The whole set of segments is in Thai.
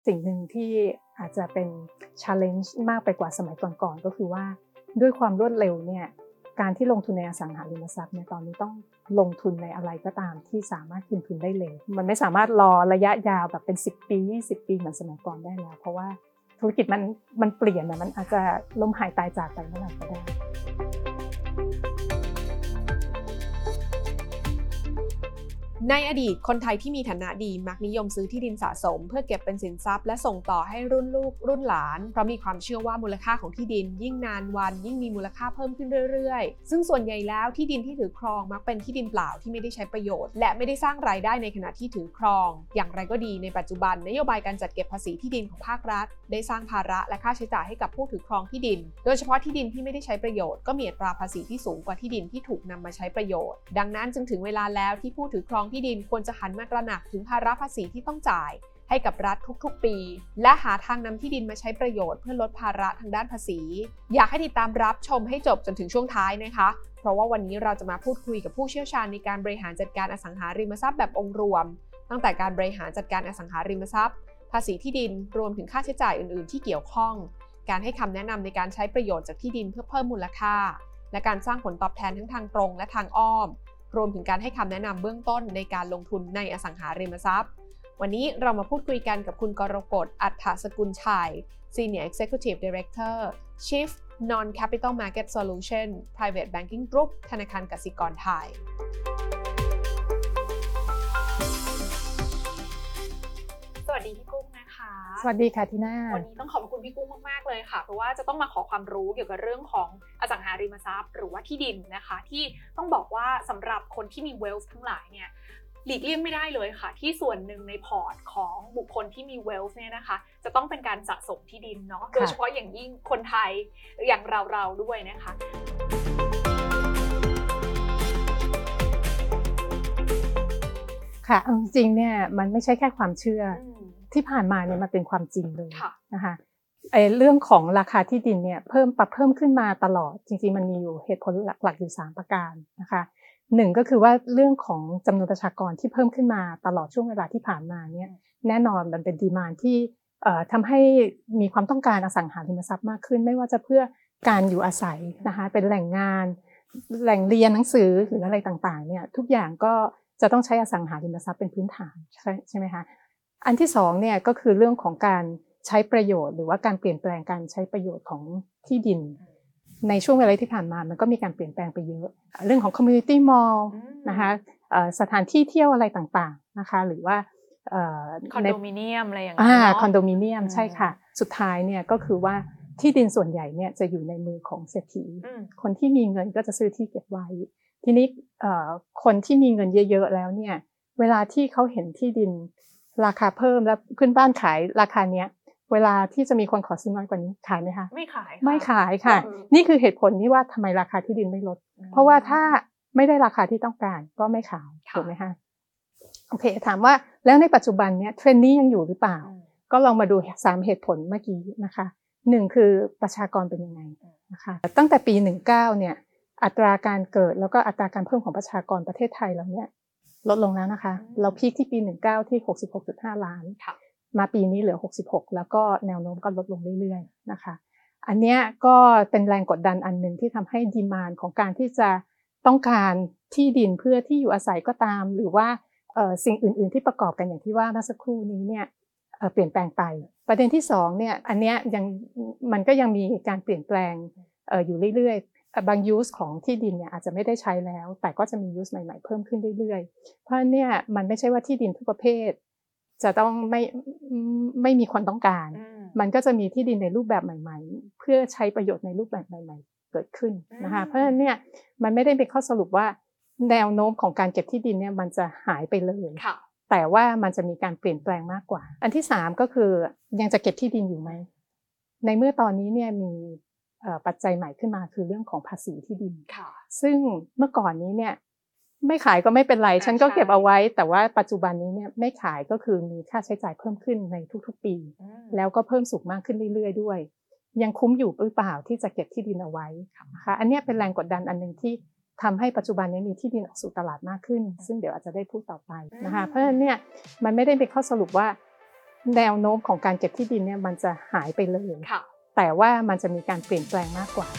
สิ่งหนึ่งที่อาจจะเป็น challenge มากไปกว่าสมัยก่อนๆก็คือว่าด้วยความรวดเร็วเนี่ยการที่ลงทุนในอสังหาริมทรัพย์เนี่ยตอนนี้ต้องลงทุนในอะไรก็ตามที่สามารถคืนทุนได้เร็วมันไม่สามารถรอระยะยาวแบบเป็น10ปี20ปีเหมือนสมัยก่อนได้แล้วเพราะว่าธุรกิจมันเปลี่ยนนะมันอาจจะล้มหายตายจากไปเมื่อไหร่ก็ได้ในอดีตคนไทยที่มีฐานะดีมักนิยมซื้อที่ดินสะสมเพื่อเก็บเป็นสินทรัพย์และส่งต่อให้รุ่นลูกรุ่นหลานเพราะมีความเชื่อว่ามูลค่าของที่ดินยิ่งนานวันยิ่งมีมูลค่าเพิ่มขึ้นเรื่อยๆซึ่งส่วนใหญ่แล้วที่ดินที่ถือครองมักเป็นที่ดินเปล่าที่ไม่ได้ใช้ประโยชน์และไม่ได้สร้างรายได้ในขณะที่ถือครองอย่างไรก็ดีในปัจจุบันนโยบายการจัดเก็บภาษีที่ดินของภาครัฐได้สร้างภาระและค่าใช้จ่ายให้กับผู้ถือครองที่ดินโดยเฉพาะที่ดินที่ไม่ได้ใช้ประโยชน์ก็มีอัตราภาษีที่สูงกว่าที่ดินที่ถูกนำมาใช้ประโยชน์ดังนั้นจึงถึงเวลาแล้วที่ผู้ถือครองที่ดินควรจะหันมาตระหนักถึงภาระภาษีที่ต้องจ่ายให้กับรัฐทุกๆปีและหาทางนำที่ดินมาใช้ประโยชน์เพื่อลดภาระทางด้านภาษีอยากให้ติดตามรับชมให้จบจนถึงช่วงท้ายนะคะเพราะว่าวันนี้เราจะมาพูดคุยกับผู้เชี่ยวชาญในการบริหารจัดการอสังหาริมทรัพย์แบบองค์รวมตั้งแต่การบริหารจัดการอสังหาริมทรัพย์ภาษีที่ดินรวมถึงค่าใช้จ่ายอื่นๆที่เกี่ยวข้องการให้คำแนะนำในการใช้ประโยชน์จากที่ดินเพื่อเพิ่มมูลค่าและการสร้างผลตอบแทนทั้งทางตรงและทางอ้อมรวมถึงการให้คำแนะนำเบื้องต้นในการลงทุนในอสังหาริมทรัพย์วันนี้เรามาพูดคุยกันกับคุณกรกฎ อัฏฐสกุลชัย Senior Executive Director Chief Non-Capital Market Solution Private Banking Group ธนาคารกสิกรไทยสวัสดีพี่กุ้งนะคะสวัสดีค่ะทีน่าวันนี้ต้องขอบคุณพี่กุ้งมากๆเลยค่ะเพราะว่าจะต้องมาขอความรู้เกี่ยวกับเรื่องของอสังหาริมทรัพย์หรือว่าที่ดินนะคะที่ต้องบอกว่าสำหรับคนที่มี wealth ทั้งหลายเนี่ยหลีกเลี่ยงไม่ได้เลยค่ะที่ส่วนหนึ่งในพอร์ตของบุคคลที่มี wealth เนี่ยนะคะจะต้องเป็นการสะสมที่ดินเนาะโดยเฉพาะอย่างยิ่งคนไทยอย่างเราด้วยนะคะค่ะจริงๆเนี่ยมันไม่ใช่แค่ความเชื่อที่ผ่านมาเนี่ยมันเป็นความจริงเลยนะคะเรื่องของราคาที่ดินเนี่ยปรับเพิ่มขึ้นมาตลอดจริงๆมันมีอยู่เหตุผลหลักๆอยู่3ประการนะคะ1ก็คือว่าเรื่องของจำนวนประชากรที่เพิ่มขึ้นมาตลอดช่วงเวลาที่ผ่านมาเนี่ยแน่นอนมันเป็นดีมานด์ที่ทำให้มีความต้องการอสังหาริมทรัพย์มากขึ้นไม่ว่าจะเพื่อการอยู่อาศัยนะคะเป็นแหล่งงานแหล่งเรียนหนังสือหรืออะไรต่างๆเนี่ยทุกอย่างก็จะต้องใช้อสังหาริมทรัพย์เป็นพื้นฐานใช่ไหมคะอันที่2เนี่ยก็คือเรื่องของการใช้ประโยชน์หรือว่าการเปลี่ยนแปลงการใช้ประโยชน์ของที่ดินในช่วงเวลาที่ผ่านมามันก็มีการเปลี่ยนแปลงไปเยอะเรื่องของ community mall นะคะสถานที่เที่ยวอะไรต่างๆนะคะหรือว่าคอนโดมิเนียมอะไรอย่างเงี้ยคอนโดมิเนียมใช่ค่ะสุดท้ายเนี่ยก็คือว่าที่ดินส่วนใหญ่เนี่ยจะอยู่ในมือของเศรษฐีคนที่มีเงินก็จะซื้อที่เก็บไว้ทีนี้คนที่มีเงินเยอะๆแล้วเนี่ยเวลาที่เขาเห็นที่ดินราคาเพิ่มแล้วเพื่อนบ้านขายราคาเนี้ยเวลาที่จะมีคนขอซื้อน้อยกว่านี้ขายไหมคะไม่ขายค่ะนี่คือเหตุผลที่ว่าทำไมราคาที่ดินไม่ลดเพราะว่าถ้าไม่ได้ราคาที่ต้องการก็ไม่ขายถูกไหมคะโอเคถามว่าแล้วในปัจจุบันเนี้ยเทรนด์นี้ยังอยู่หรือเปล่าก็ลองมาดู3เหตุผลเมื่อกี้นะคะ1คือประชากรเป็นยังไงนะคะตั้งแต่ปี19เนี่ยอัตราการเกิดแล้วก็อัตราการเพิ่มของประชากรประเทศไทยเราเนี่ยลดลงแล้วนะคะเราพีคที่ปี19ที่ 66.5 ล้านมาปีนี้เหลือ66แล้วก็แนวโน้มก็ลดลงเรื่อยๆนะคะอันเนี้ยก็เป็นแรงกดดันอันนึงที่ทำให้ดีมานด์ของการที่จะต้องการที่ดินเพื่อที่อยู่อาศัยก็ตามหรือว่าสิ่งอื่นๆที่ประกอบกันอย่างที่ว่าเมื่อสักครู่นี้เนี่ยเปลี่ยนแปลงไปประเด็นที่2เนี่ยอันเนี้ยมันก็ยังมีการเปลี่ยนแปลงอยู่เรื่อยๆบางยูสของที่ดินเนี่ยอาจจะไม่ได้ใช้แล้วแต่ก็จะมียูสใหม่ๆเพิ่มขึ้นเรื่อยๆเพราะเนี่ยมันไม่ใช่ว่าที่ดินทุกประเภทจะต้องไม่มีคนต้องการมันก็จะมีที่ดินในรูปแบบใหม่ๆเพื่อใช้ประโยชน์ในรูปแบบใหม่ๆเกิดขึ้นนะคะเพราะฉะนั้นเนี่ยมันไม่ได้เป็นข้อสรุปว่าแนวโน้มของการเก็บที่ดินเนี่ยมันจะหายไปเลยแต่ว่ามันจะมีการเปลี่ยนแปลงมากกว่าอันที่3ก็คือยังจะเก็บที่ดินอยู่ไหมในเมื่อตอนนี้เนี่ยมีปัจจัยใหม่ขึ้นมาคือเรื่องของภาษีที่ดินซึ่งเมื่อก่อนนี้เนี่ยไม่ขายก็ไม่เป็นไรฉันก็เก็บเอาไว้แต่ว่าปัจจุบันนี้เนี่ยไม่ขายก็คือมีค่าใช้จ่ายเพิ่มขึ้นในทุกๆปีแล้วก็เพิ่มสูงมากขึ้นเรื่อยๆด้วยยังคุ้มอยู่หรือเปล่าที่จะเก็บที่ดินเอาไว้นะคะอันนี้เป็นแรงกดดันอันนึงที่ทำให้ปัจจุบันนี้มีที่ดินออกสู่ตลาดมากขึ้นซึ่งเดี๋ยวอาจจะได้พูดต่อไปนะคะเพราะฉะนั้นเนี่ยมันไม่ได้เป็นข้อสรุปว่าแนวโน้มของการเก็บที่ดินเนี่ยมันจะหายไปเลยค่ะแต่ว่ามันจะมีการเปลี่ยนแปลงมากกว่า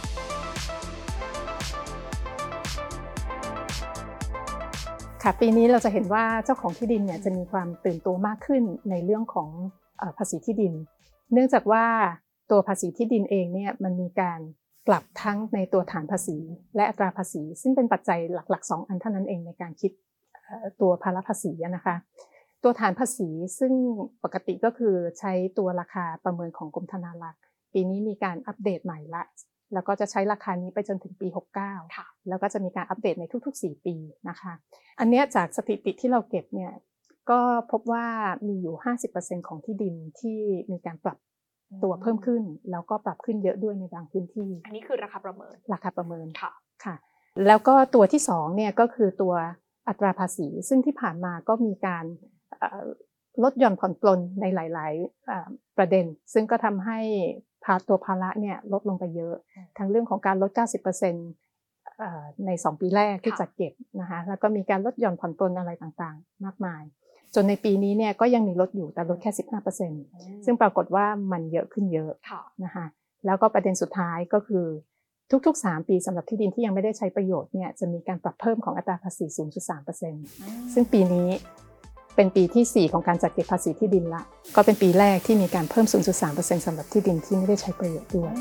ค่ะปีนี้เราจะเห็นว่าเจ้าของที่ดินเนี่ยจะมีความตื่นตัวมากขึ้นในเรื่องของภาษีที่ดินเนื่องจากว่าตัวภาษีที่ดินเองเนี่ยมันมีการปรับทั้งในตัวฐานภาษีและอัตราภาษีซึ่งเป็นปัจจัยหลักๆ2อันเท่านั้นเองในการคิดตัวภาระภาษีนะคะตัวฐานภาษีซึ่งปกติก็คือใช้ตัวราคาประเมินของกรมธนารักษ์ปีนี้มีการอัปเดตใหม่ละแล้วก็จะใช้ราคานี้ไปจนถึงปี69ค่ะแล้วก็จะมีการอัปเดตในทุกๆ4ปีนะคะอันนี้จากสถิติที่เราเก็บเนี่ยก็พบว่ามีอยู่ 50% ของที่ดินที่มีการปรับตัวเพิ่มขึ้นแล้วก็ปรับขึ้นเยอะด้วยในบางพื้นที่อันนี้คือราคาประเมินค่ะแล้วก็ตัวที่2เนี่ยก็คือตัวอัตราภาษีซึ่งที่ผ่านมาก็มีการลดหย่อนผ่อนปลนในหลายๆประเด็นซึ่งก็ทำให้ตัวภาระเนี่ยลดลงไปเยอะทั้งเรื่องของการลด 90% ใน2ปีแรกที่จัดเก็บนะคะแล้วก็มีการลดหย่อนผ่อนปลนอะไรต่างๆมากมายจนในปีนี้เนี่ยก็ยังมีลดอยู่แต่ลดแค่ 15% ซึ่งปรากฏว่ามันเยอะขึ้นเยอะนะคะแล้วก็ประเด็นสุดท้ายก็คือทุกๆ3ปีสำหรับที่ดินที่ยังไม่ได้ใช้ประโยชน์เนี่ยจะมีการปรับเพิ่มของอัตราภาษี 0.3% ซึ่งปีนี้เป็นปีที่4ของการจัดเก็บภาษีที่ดินละก็เป็นปีแรกที่มีการเพิ่ม 0.3% สำหรับที่ดินที่ไม่ได้ใช้ประโยชน์ด้วย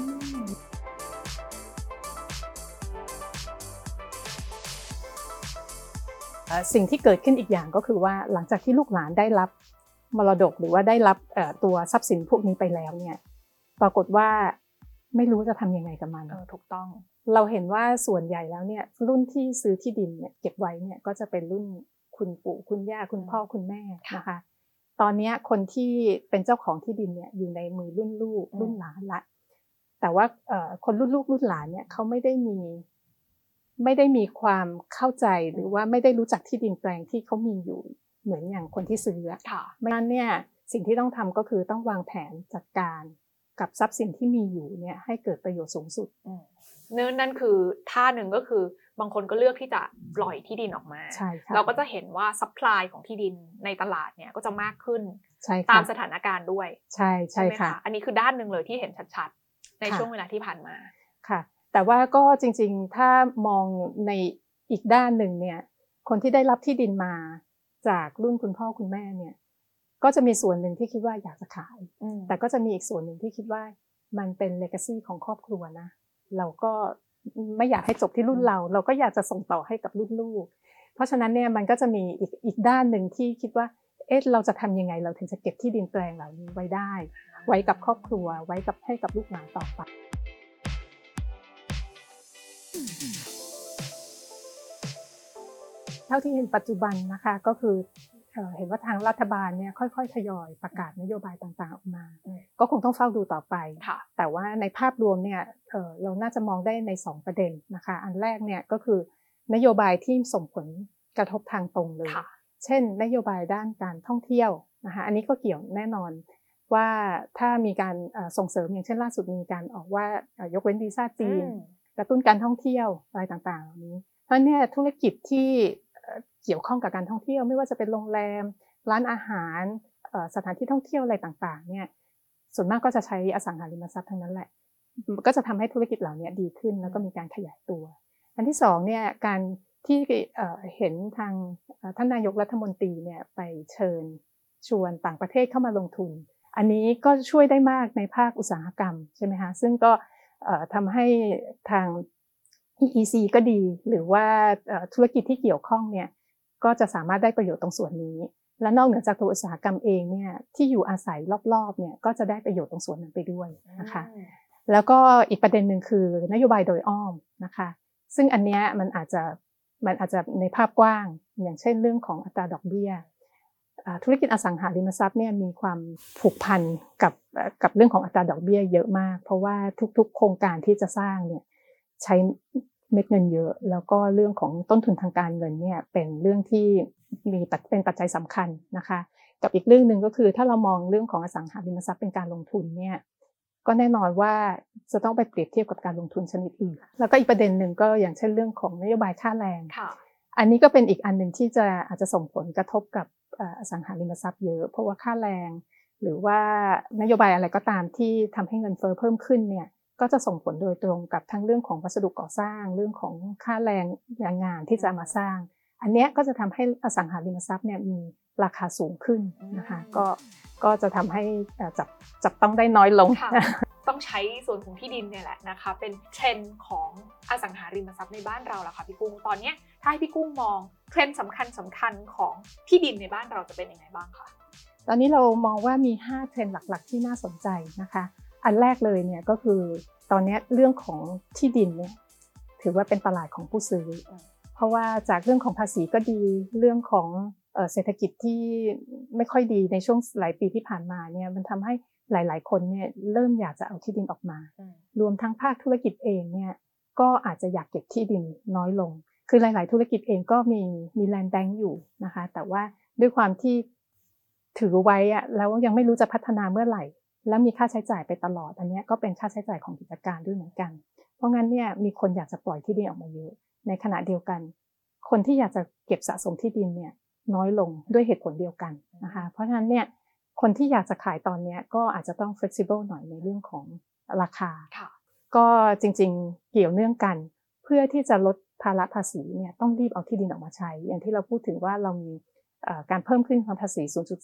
สิ่งที่เกิดขึ้นอีกอย่างก็คือว่าหลังจากที่ลูกหลานได้รับมรดกหรือว่าได้รับตัวทรัพย์สินพวกนี้ไปแล้วเนี่ยปรากฏว่าไม่รู้จะทำยังไงกับมันถูกต้องเราเห็นว่าส่วนใหญ่แล้วเนี่ยรุ่นที่ซื้อที่ดินเนี่ยเก็บไว้เนี่ยก็จะเป็นรุ่นคุณปู่คุณย่าคุณพ่อคุณแม่นะคะตอนนี้คนที่เป็นเจ้าของที่ดินเนี่ยอยู่ในมือรุ่นลูกรุ่นหลานละแต่ว่าคนรุ่นลูกรุ่นหลานเนี่ยเขาไม่ได้มีความเข้าใจหรือว่าไม่ได้รู้จักที่ดินแปลงที่เขามีอยู่เหมือนอย่างคนที่ซื้อไม่งั้นเนี่ยสิ่งที่ต้องทำก็คือต้องวางแผนจัดการกับทรัพย์สินที่มีอยู่เนี่ยให้เกิดประโยชน์สูงสุดนั่นคือท่าหนึ่งก็คือบางคนก็เลือกที่จะปล่อยที่ดินออกมาเราก็จะเห็นว่าซัพพลายของที่ดินในตลาดเนี่ยก็จะมากขึ้นตามสถานการณ์ด้วยใช่ไหมคะอันนี้คือด้านหนึ่งเลยที่เห็นชัดๆในช่วงเวลาที่ผ่านมาค่ะแต่ว่าก็จริงๆถ้ามองในอีกด้านหนึ่งเนี่ยคนที่ได้รับที่ดินมาจากรุ่นคุณพ่อคุณแม่เนี่ยก็จะมีส่วนหนึ่งที่คิดว่าอยากจะขายแต่ก็จะมีอีกส่วนหนึ่งที่คิดว่ามันเป็นเลกาซีของครอบครัวนะเราก็ไม่อยากให้จบที่รุ่นเราก็อยากจะส่งต่อให้กับรุ่นลูกเพราะฉะนั้นเนี่ยมันก็จะมีอีกด้านหนึ่งที่คิดว่าเราจะทำยังไงเราถึงจะเก็บที่ดินแปลงเหล่านี้ไว้ได้ไว้กับครอบครัวไว้กับให้กับลูกหลานต่อไปเท่าที่เห็นปัจจุบันนะคะก็คือเห็นว่าทางรัฐบาลเนี่ยค่อยๆทยอยประกาศนโยบายต่างๆออกมาก็คงต้องเฝ้าดูต่อไปแต่ว่าในภาพรวมเนี่ยเราน่าจะมองได้ใน2ประเด็นนะคะอันแรกเนี่ยก็คือนโยบายที่ส่งผลกระทบทางตรงเลยเช่นนโยบายด้านการท่องเที่ยวนะคะอันนี้ก็เกี่ยวแน่นอนว่าถ้ามีการส่งเสริมอย่างเช่นล่าสุดมีการออกว่ายกเว้นวีซ่าจีนกระตุ้นการท่องเที่ยวอะไรต่างๆเหล่านี้เพราะเนี่ยธุรกิจที่เกี่ยวข้องกับการท่องเที่ยวไม่ว่าจะเป็นโรงแรมร้านอาหารสถานที่ท่องเที่ยวอะไรต่างๆเนี่ยส่วนมากก็จะใช้อสังหาริมทรัพย์ทั้งนั้นแหละก็จะทำให้ธุรกิจเหล่านี้ดีขึ้นแล้วก็มีการขยายตัวอันที่2เนี่ยการที่เห็นทางท่านนายกรัฐมนตรีเนี่ยไปเชิญชวนต่างประเทศเข้ามาลงทุนอันนี้ก็ช่วยได้มากในภาคอุตสาหกรรมใช่ไหมคะซึ่งก็ทำให้ทางEEC ก็ดีหรือว่าธุรกิจที่เกี่ยวข้องเนี่ยก็จะสามารถได้ประโยชน์ตรงส่วนนี้และนอกเหนือจากตัวอุตสาหกรรมเองเนี่ยที่อยู่อาศัยรอบๆเนี่ยก็จะได้ประโยชน์ตรงส่วนนั้นไปด้วยนะคะแล้วก็อีกประเด็นหนึ่งคือนโยบายโดยอ้อมนะคะซึ่งอันเนี้ยมันอาจจะในภาพกว้างอย่างเช่นเรื่องของอัตราดอกเบี้ยธุรกิจอสังหาริมทรัพย์เนี่ยมีความผูกพันกับเรื่องของอัตราดอกเบี้ยเยอะมากเพราะว่าทุกๆโครงการที่จะสร้างเนี่ยใช้เม็ดเงินเยอะแล้วก็เรื่องของต้นทุนทางการเงินเนี่ยเป็นเรื่องที่เป็นปัจจัยสำคัญนะคะกับอีกเรื่องหนึ่งก็คือถ้าเรามองเรื่องของอสังหาริมทรัพย์เป็นการลงทุนเนี่ยก็แน่นอนว่าจะต้องไปเปรียบเทียบกับการลงทุนชนิดอื่นแล้วก็อีกประเด็นหนึ่งก็อย่างเช่นเรื่องของนโยบายค่าแรงอันนี้ก็เป็นอีกอันหนึ่งที่อาจจะส่งผลกระทบกับอสังหาริมทรัพย์เยอะเพราะว่าค่าแรงหรือว่านโยบายอะไรก็ตามที่ทำให้เงินเฟ้อเพิ่มขึ้นเนี่ยก็จะส่งผลโดยตรงกับทั้งเรื่องของวัสดุก่อสร้างเรื่องของค่าแรงแรงงานที่จะมาสร้างอันเนี้ยก็จะทำให้อสังหาริมทรัพย์เนี่ยมีราคาสูงขึ้นนะคะก็จะทำให้จับต้องได้น้อยลงต้องใช้ส่วนของที่ดินเนี่ยแหละนะคะเป็นเทรนด์ของอสังหาริมทรัพย์ในบ้านเราล่ะค่ะพี่กุ้งตอนนี้ถ้าให้พี่กุ้งมองเทรนด์สำคัญของที่ดินในบ้านเราจะเป็นยังไงบ้างคะตอนนี้เรามองว่ามี5เทรนด์หลักๆที่น่าสนใจนะคะอันแรกเลยเนี่ยก็คือตอนนี้เรื่องของที่ดินเนี่ยถือว่าเป็นตลาดของผู้ซื้อเพราะว่าจากเรื่องของภาษีก็ดีเรื่องของเศรษฐกิจที่ไม่ค่อยดีในช่วงหลายปีที่ผ่านมาเนี่ยมันทำให้หลายๆคนเนี่ยเริ่มอยากจะเอาที่ดินออกมารวมทั้งภาคธุรกิจเองเนี่ยก็อาจจะอยากเก็บที่ดินน้อยลงคือหลายๆธุรกิจเองก็มีแลนด์แบงก์อยู่นะคะแต่ว่าด้วยความที่ถือไว้อะแล้วยังไม่รู้จะพัฒนาเมื่อไหร่แล้วมีค่าใช้จ่ายไปตลอดอันนี้ก็เป็นค่าใช้จ่ายของกิจการด้วยเหมือนกันเพราะงั้นเนี่ยมีคนอยากจะปล่อยที่ดินออกมาเยอะในขณะเดียวกันคนที่อยากจะเก็บสะสมที่ดินเนี่ยน้อยลงด้วยเหตุผลเดียวกันนะคะเพราะฉะนั้นเนี่ยคนที่อยากจะขายตอนนี้ก็อาจจะต้อง flexible หน่อยในเรื่องของราคาก็จริงๆเกี่ยวเนื่องกันเพื่อที่จะลดภาระภาษีเนี่ยต้องรีบเอาที่ดินออกมาใช้อย่างที่เราพูดถึงว่าเรามีการเพิ่มขึ้นของภาษี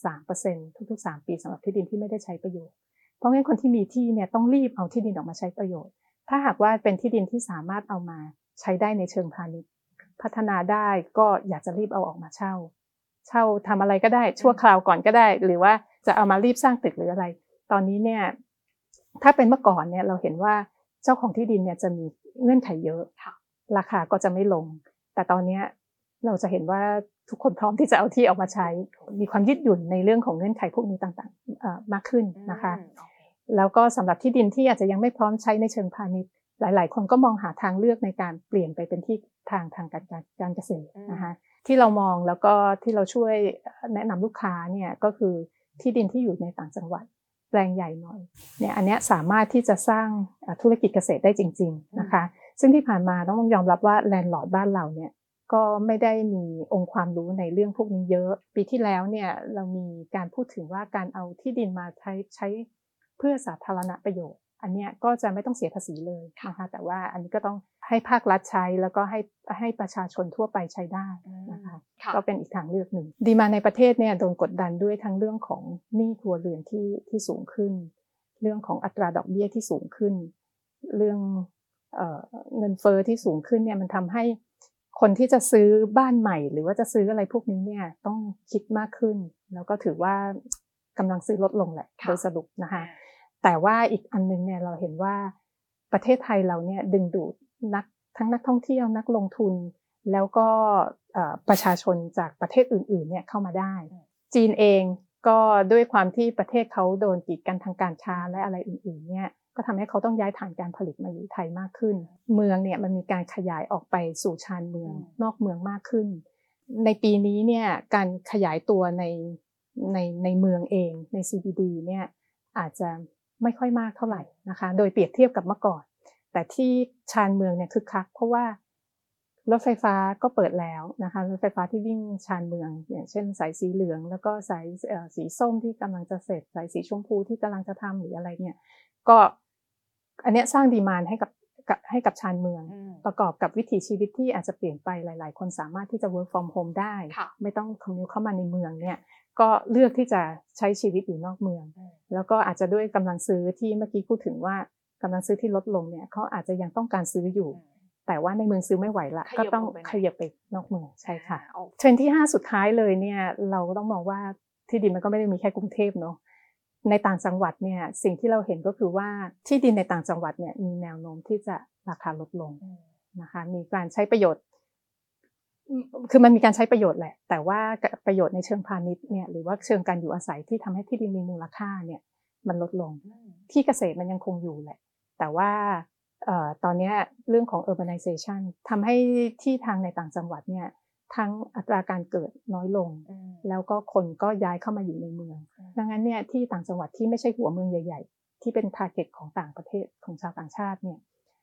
0.3% ทุกๆ3ปีสำหรับที่ดินที่ไม่ได้ใช้ประโยชน์เพราะงั้นคนที่มีที่เนี่ยต้องรีบเอาที่ดินออกมาใช้ประโยชน์ถ้าหากว่าเป็นที่ดินที่สามารถเอามาใช้ได้ในเชิงพาณิชย์พัฒนาได้ก็อยากจะรีบเอาออกมาเช่าทำอะไรก็ได้ชั่วคราวก่อนก็ได้หรือว่าจะเอามารีบสร้างตึกหรืออะไรตอนนี้เนี่ยถ้าเป็นเมื่อก่อนเนี่ยเราเห็นว่าเจ้าของที่ดินเนี่ยจะมีเงื่อนไขเยอะราคาก็จะไม่ลงแต่ตอนนี้เราจะเห็นว่าทุกคนพร้อมที่จะเอาที่ออกมาใช้มีความยืดหยุ่นในเรื่องของเงื่อนไขพวกนี้ต่างๆมากขึ้นนะคะแล้วก็สำหรับที่ดินที่อาจจะยังไม่พร้อมใช้ในเชิงพาณิชย์หลายๆคนก็มองหาทางเลือกในการเปลี่ยนไปเป็นที่ทางการเกษตรนะคะที่เรามองแล้วก็ที่เราช่วยแนะนำลูกค้าเนี่ยก็คือที่ดินที่อยู่ในต่างจังหวัดแปลงใหญ่หน่อยเนี่ยอันนี้สามารถที่จะสร้างธุรกิจเกษตรได้จริงๆนะคะซึ่งที่ผ่านมาต้องยอมรับว่าแลนด์ลอร์ดบ้านเราเนี่ยก็ไม่ได้มีองค์ความรู้ในเรื่องพวกนี้เยอะปีที่แล้วเนี่ยเรามีการพูดถึงว่าการเอาที่ดินมาใช้เพื่อสาธารณประโยชน์อันนี้ก็จะไม่ต้องเสียภาษีเลยนะคะแต่ว่าอันนี้ก็ต้องให้ภาครัฐใช้แล้วก็ให้ประชาชนทั่วไปใช้ได้นะคะก็เป็นอีกทางเลือกหนึ่งดีมาในประเทศเนี่ยโดนกดดันด้วยทั้งเรื่องของหนี้ครัวเรือนที่สูงขึ้นเรื่องของอัตราดอกเบี้ยที่สูงขึ้นเรื่องเงินเฟ้อที่สูงขึ้นเนี่ยมันทำให้คนที่จะซื้อบ้านใหม่หรือว่าจะซื้ออะไรพวกนี้เนี่ยต้องคิดมากขึ้นแล้วก็ถือว่ากำลังซื้อลดลงแหละโดยสรุปนะคะแต่ว่าอีกอันนึงเนี่ยเราเห็นว่าประเทศไทยเราเนี่ยดึงดูดทั้งนักท่องเที่ยวนักลงทุนแล้วก็ประชาชนจากประเทศอื่นๆเนี่ยเข้ามาได้จีนเองก็ด้วยความที่ประเทศเขาโดนกีดกันทางการค้าและอะไรอื่นๆเนี่ยก็ทำให้เขาต้องย้ายฐานการผลิตมาอยู่ไทยมากขึ้นเมืองเนี่ยมันมีการขยายออกไปสู่ชานเมืองนอกเมืองมากขึ้นในปีนี้เนี่ยการขยายตัวในเมืองเองใน CBD เนี่ยอาจจะไม่ค่อยมากเท่าไหร่นะคะโดยเปรียบเทียบกับเมื่อก่อนแต่ที่ชานเมืองเนี่ยคึกคักเพราะว่ารถไฟฟ้าก็เปิดแล้วนะคะรถไฟฟ้าที่วิ่งชานเมืองอย่างเช่นสายสีเหลืองแล้วก็สายสีส้มที่กำลังจะเสร็จสายสีชมพูที่กำลังจะทำหรืออะไรเนี่ยก็อันนี้สร้างดีมานด์ให้กับชานเมืองประกอบกับวิถีชีวิตที่อาจจะเปลี่ยนไปหลายๆคนสามารถที่จะ work from home ได้ไม่ต้องคอมมิวเข้ามาในเมืองเนี่ยก็เลือกที่จะใช้ชีวิตอยู่นอกเมืองแล้วก็อาจจะด้วยกำลังซื้อที่เมื่อกี้พูดถึงว่ากำลังซื้อที่ลดลงเนี่ยเขาอาจจะยังต้องการซื้ออยู่แต่ว่าในเมืองซื้อไม่ไหวละก็ต้องขยับไปนอกเมืองใช่ค่ะเทรนด์ที่5สุดท้ายเลยเนี่ยเราก็ต้องมองว่าที่ดินมันก็ไม่ได้มีแค่กรุงเทพเนาะในต่างจังหวัดเนี่ยสิ่งที่เราเห็นก็คือว่าที่ดินในต่างจังหวัดเนี่ยมีแนวโน้มที่จะราคาลดลงนะคะมีการใช้ประโยชน์คือมันมีการใช้ประโยชน์แหละแต่ว่าประโยชน์ในเชิงพาณิชย์เนี่ยหรือว่าเชิงการอยู่อาศัยที่ทำให้ที่ดินมีมูลค่าเนี่ยมันลดลงที่เกษตรมันยังคงอยู่แหละแต่ว่าตอนนี้เรื่องของ urbanization ทำให้ที่ทางในต่างจังหวัดเนี่ยทั้งอัตราการเกิดน้อยลงแล้วก็คนก็ย้ายเข้ามาอยู่ในเมืองดังนั้นเนี่ยที่ต่างจังหวัดที่ไม่ใช่หัวเมืองใหญ่ๆที่เป็น target ของต่างประเทศของชาวต่างชาติเนี่ย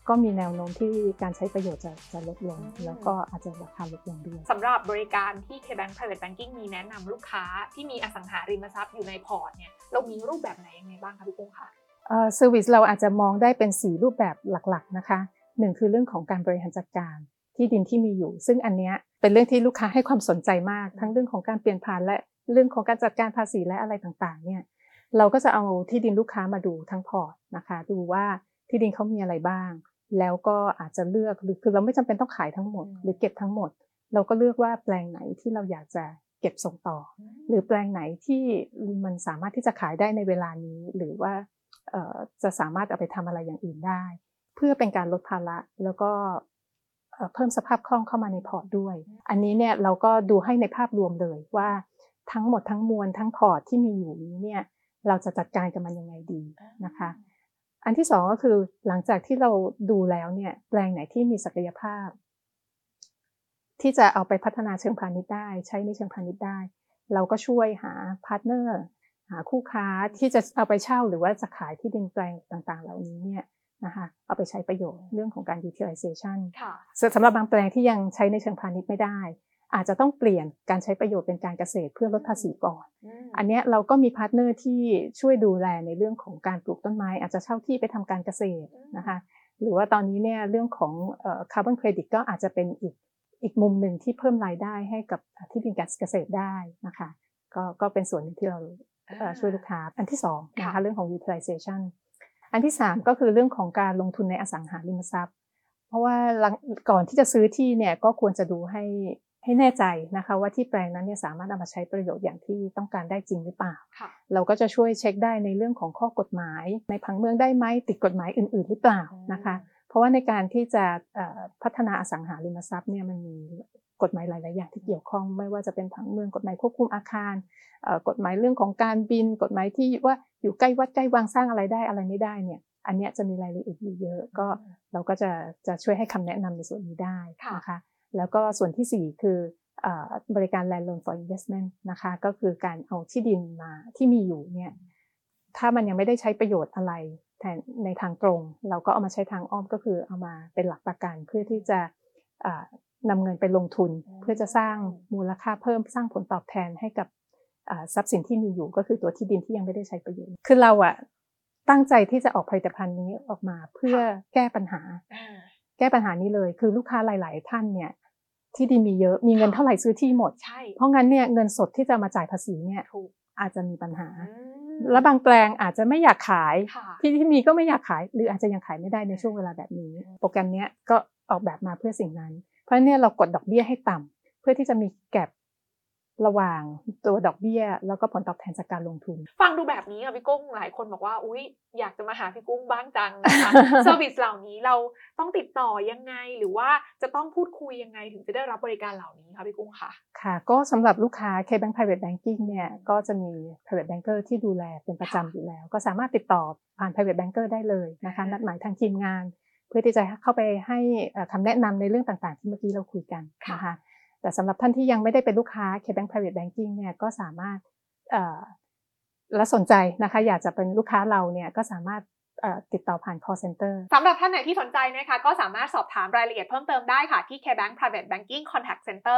ก็มีแนวโน้มที่การใช้ประโยชน์จะลดลงแล้วก็อาจจะราคาลดลงด้วยสำหรับบริการที่ KBank Private Banking มีแนะนำลูกค้าที่มีอสังหาริมทรัพย์อยู่ในพอร์ตเนี่ยเรามีรูปแบบไหนยังไงบ้างคะพี่กุ้งคะเซอร์วิสเราอาจจะมองได้เป็น4รูปแบบหลักๆนะคะ1คือเรื่องของการบริหารจัดการที่ดินที่มีอยู่ซึ่งอันเนี้ยเป็นเรื่องที่ลูกค้าให้ความสนใจมากทั้งเรื่องของการเปลี่ยนผ่านและเรื่องของการจัดการภาษีและอะไรต่างๆเนี่ยเราก็จะเอาที่ดินลูกค้ามาดูทั้งพอร์ตนะคะดูว่าที่ดินเขามีอะไรบ้างแล้วก็อาจจะเลือกคือเราไม่จำเป็นต้องขายทั้งหมดหรือเก็บทั้งหมดเราก็เลือกว่าแปลงไหนที่เราอยากจะเก็บส่งต่อหรือแปลงไหนที่มันสามารถที่จะขายได้ในเวลานี้หรือว่าจะสามารถเอาไปทำอะไรอย่างอื่นได้เพื่อเป็นการลดภาระแล้วก็เพิ่มสภาพคล่องเข้ามาในพอร์ตด้วยอันนี้เนี่ยเราก็ดูให้ในภาพรวมเลยว่าทั้งหมดทั้งมวลทั้งพอร์ตที่มีอยู่นี้เนี่ยเราจะจัดการกับมันยังไงดีนะคะอันที่2ก็คือหลังจากที่เราดูแล้วเนี่ยแปลงไหนที่มีศักยภาพที่จะเอาไปพัฒนาเชิงพาณิชย์ได้ใช้ในเชิงพาณิชย์ได้เราก็ช่วยหาพาร์ทเนอร์หาคู่ค้าที่จะเอาไปเช่าหรือว่าจะขายที่ดินแปลงต่างๆเหล่านี้เนี่ยนะคะเอาไปใช้ประโยชน์เรื่องของการ utilization สำหรับบางแปลงที่ยังใช้ในเชิงพาณิชย์ไม่ได้อาจจะต้องเปลี่ยนการใช้ประโยชน์เป็นการเกษตรเพื่อลดภาษีก่อนอันนี้เราก็มีพาร์ทเนอร์ที่ช่วยดูแลในเรื่องของการปลูกต้นไม้อาจจะเช่าที่ไปทำการเกษตรนะคะหรือว่าตอนนี้เนี่ยเรื่องของcarbon credit ก็อาจจะเป็นอีกมุมหนึ่งที่เพิ่มรายได้ให้กับที่ดินการเกษตรได้นะคะก็เป็นส่วนหนึ่งที่เราช่วยลูกค้าอันที่2นะคะเรื่องของ utilization อันที่3ก็คือเรื่องของการลงทุนในอสังหาริมทรัพย์เพราะว่าก่อนที่จะซื้อที่เนี่ยก็ควรจะดูให้แน่ใจนะคะว่าที่แปลงนั้นเนี่ยสามารถเอามาใช้ประโยชน์อย่างที่ต้องการได้จริงหรือเปล่าเราก็จะช่วยเช็คได้ในเรื่องของข้อกฎหมายในผังเมืองได้ไหมติดกฎหมายอื่นๆหรือเปล่านะคะเพราะว่าในการที่จะพัฒนาอสังหาริมทรัพย์เนี่ยมันมีกฎหมายหลายๆอย่างที่เกี่ยวข้องไม่ว่าจะเป็นผังเมืองกฎหมายควบคุมอาคารกฎหมายเรื่องของการบินกฎหมายที่ว่าอยู่ใกล้วัดใกล้วางสร้างอะไรได้อะไรไม่ได้เนี่ยอันนี้จะมีรายละเอียดเยอะก็เราก็จะช่วยให้คำแนะนำในส่วนนี้ได้นะคะแล้วก็ส่วนที่4คือบริการ Land Loan for Investment นะคะก็คือการเอาที่ดินมาที่มีอยู่เนี่ยถ้ามันยังไม่ได้ใช้ประโยชน์อะไรแทนในทางตรงเราก็เอามาใช้ทางอ้อมก็คือเอามาเป็นหลักประกันเพื่อที่จะนำเงินไปลงทุนเพื่อจะสร้างมูลค่าเพิ่มสร้างผลตอบแทนให้กับทรัพย์สินที่มีอยู่ก็คือตัวที่ดินที่ยังไม่ได้ใช้ประโยชน์คือเราตั้งใจที่จะออกผลิตภัณฑ์นี้ออกมาเพื่อแก้ปัญหานี้เลยคือลูกค้าหลายๆท่านเนี่ยที่ดินมีเยอะมีเงินเท่าไหร่ซื้อที่หมดเพราะงั้นเนี่ยเงินสดที่จะมาจ่ายภาษีเนี่ยอาจจะมีปัญหาและบางแปลงอาจจะไม่อยากขายที่มีก็ไม่อยากขายหรืออาจจะยังขายไม่ได้ในช่วงเวลาแบบนี้โปรแกรมนี้ก็ออกแบบมาเพื่อสิ่งนั้นเพราะเนี่ยเรากดดอกเบี้ยให้ต่ำเพื่อที่จะมีแก็บระหว่างตัวดอกเบี้ยแล้วก็ผลตอบแทนจากการลงทุนฟังดูแบบนี้พี่กุ้งหลายคนบอกว่าอุ๊ยอยากจะมาหาพี่กุ้งบ้างจังนะคะ เซอร์วิสเหล่านี้เราต้องติดต่อยังไงหรือว่าจะต้องพูดคุยยังไงถึงจะได้รับบริการเหล่านี้คะพี่กุ้งค่ะค่ะก็สำหรับลูกค้า KBank Private Banking เนี่ยก็จะมี Private Banker ที่ดูแลเป็นประจำอยู่แล้วก็สามารถติดต่อผ่าน Private Banker ได้เลยนะคะนัดหมายทางทีมงานเพื่อที่จะเข้าไปให้คำแนะนำในเรื่องต่างๆที่เมื่อกี้เราคุยกันนะคะแต่สำหรับท่านที่ยังไม่ได้เป็นลูกค้า KBank Private Banking เนี่ยก็สามารถและสนใจนะคะอยากจะเป็นลูกค้าเราเนี่ยก็สามารถติดต่อผ่าน call center สำหรับท่านไหนที่สนใจนะคะก็สามารถสอบถามรายละเอียดเพิ่มเติมได้ค่ะที่ KBank Private Banking Contact Center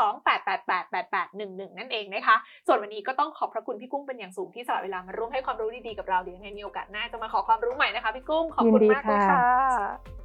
02-888-8811 นั่นเองนะคะส่วนวันนี้ก็ต้องขอบพระคุณพี่กุ้งเป็นอย่างสูงที่สละเวลามาร่วมให้ความรู้ดีๆกับเราเดี๋ยวในโอกาสหน้าจะมาขอความรู้ใหม่นะคะพี่กุ้งขอบคุณมากเลยค่ะ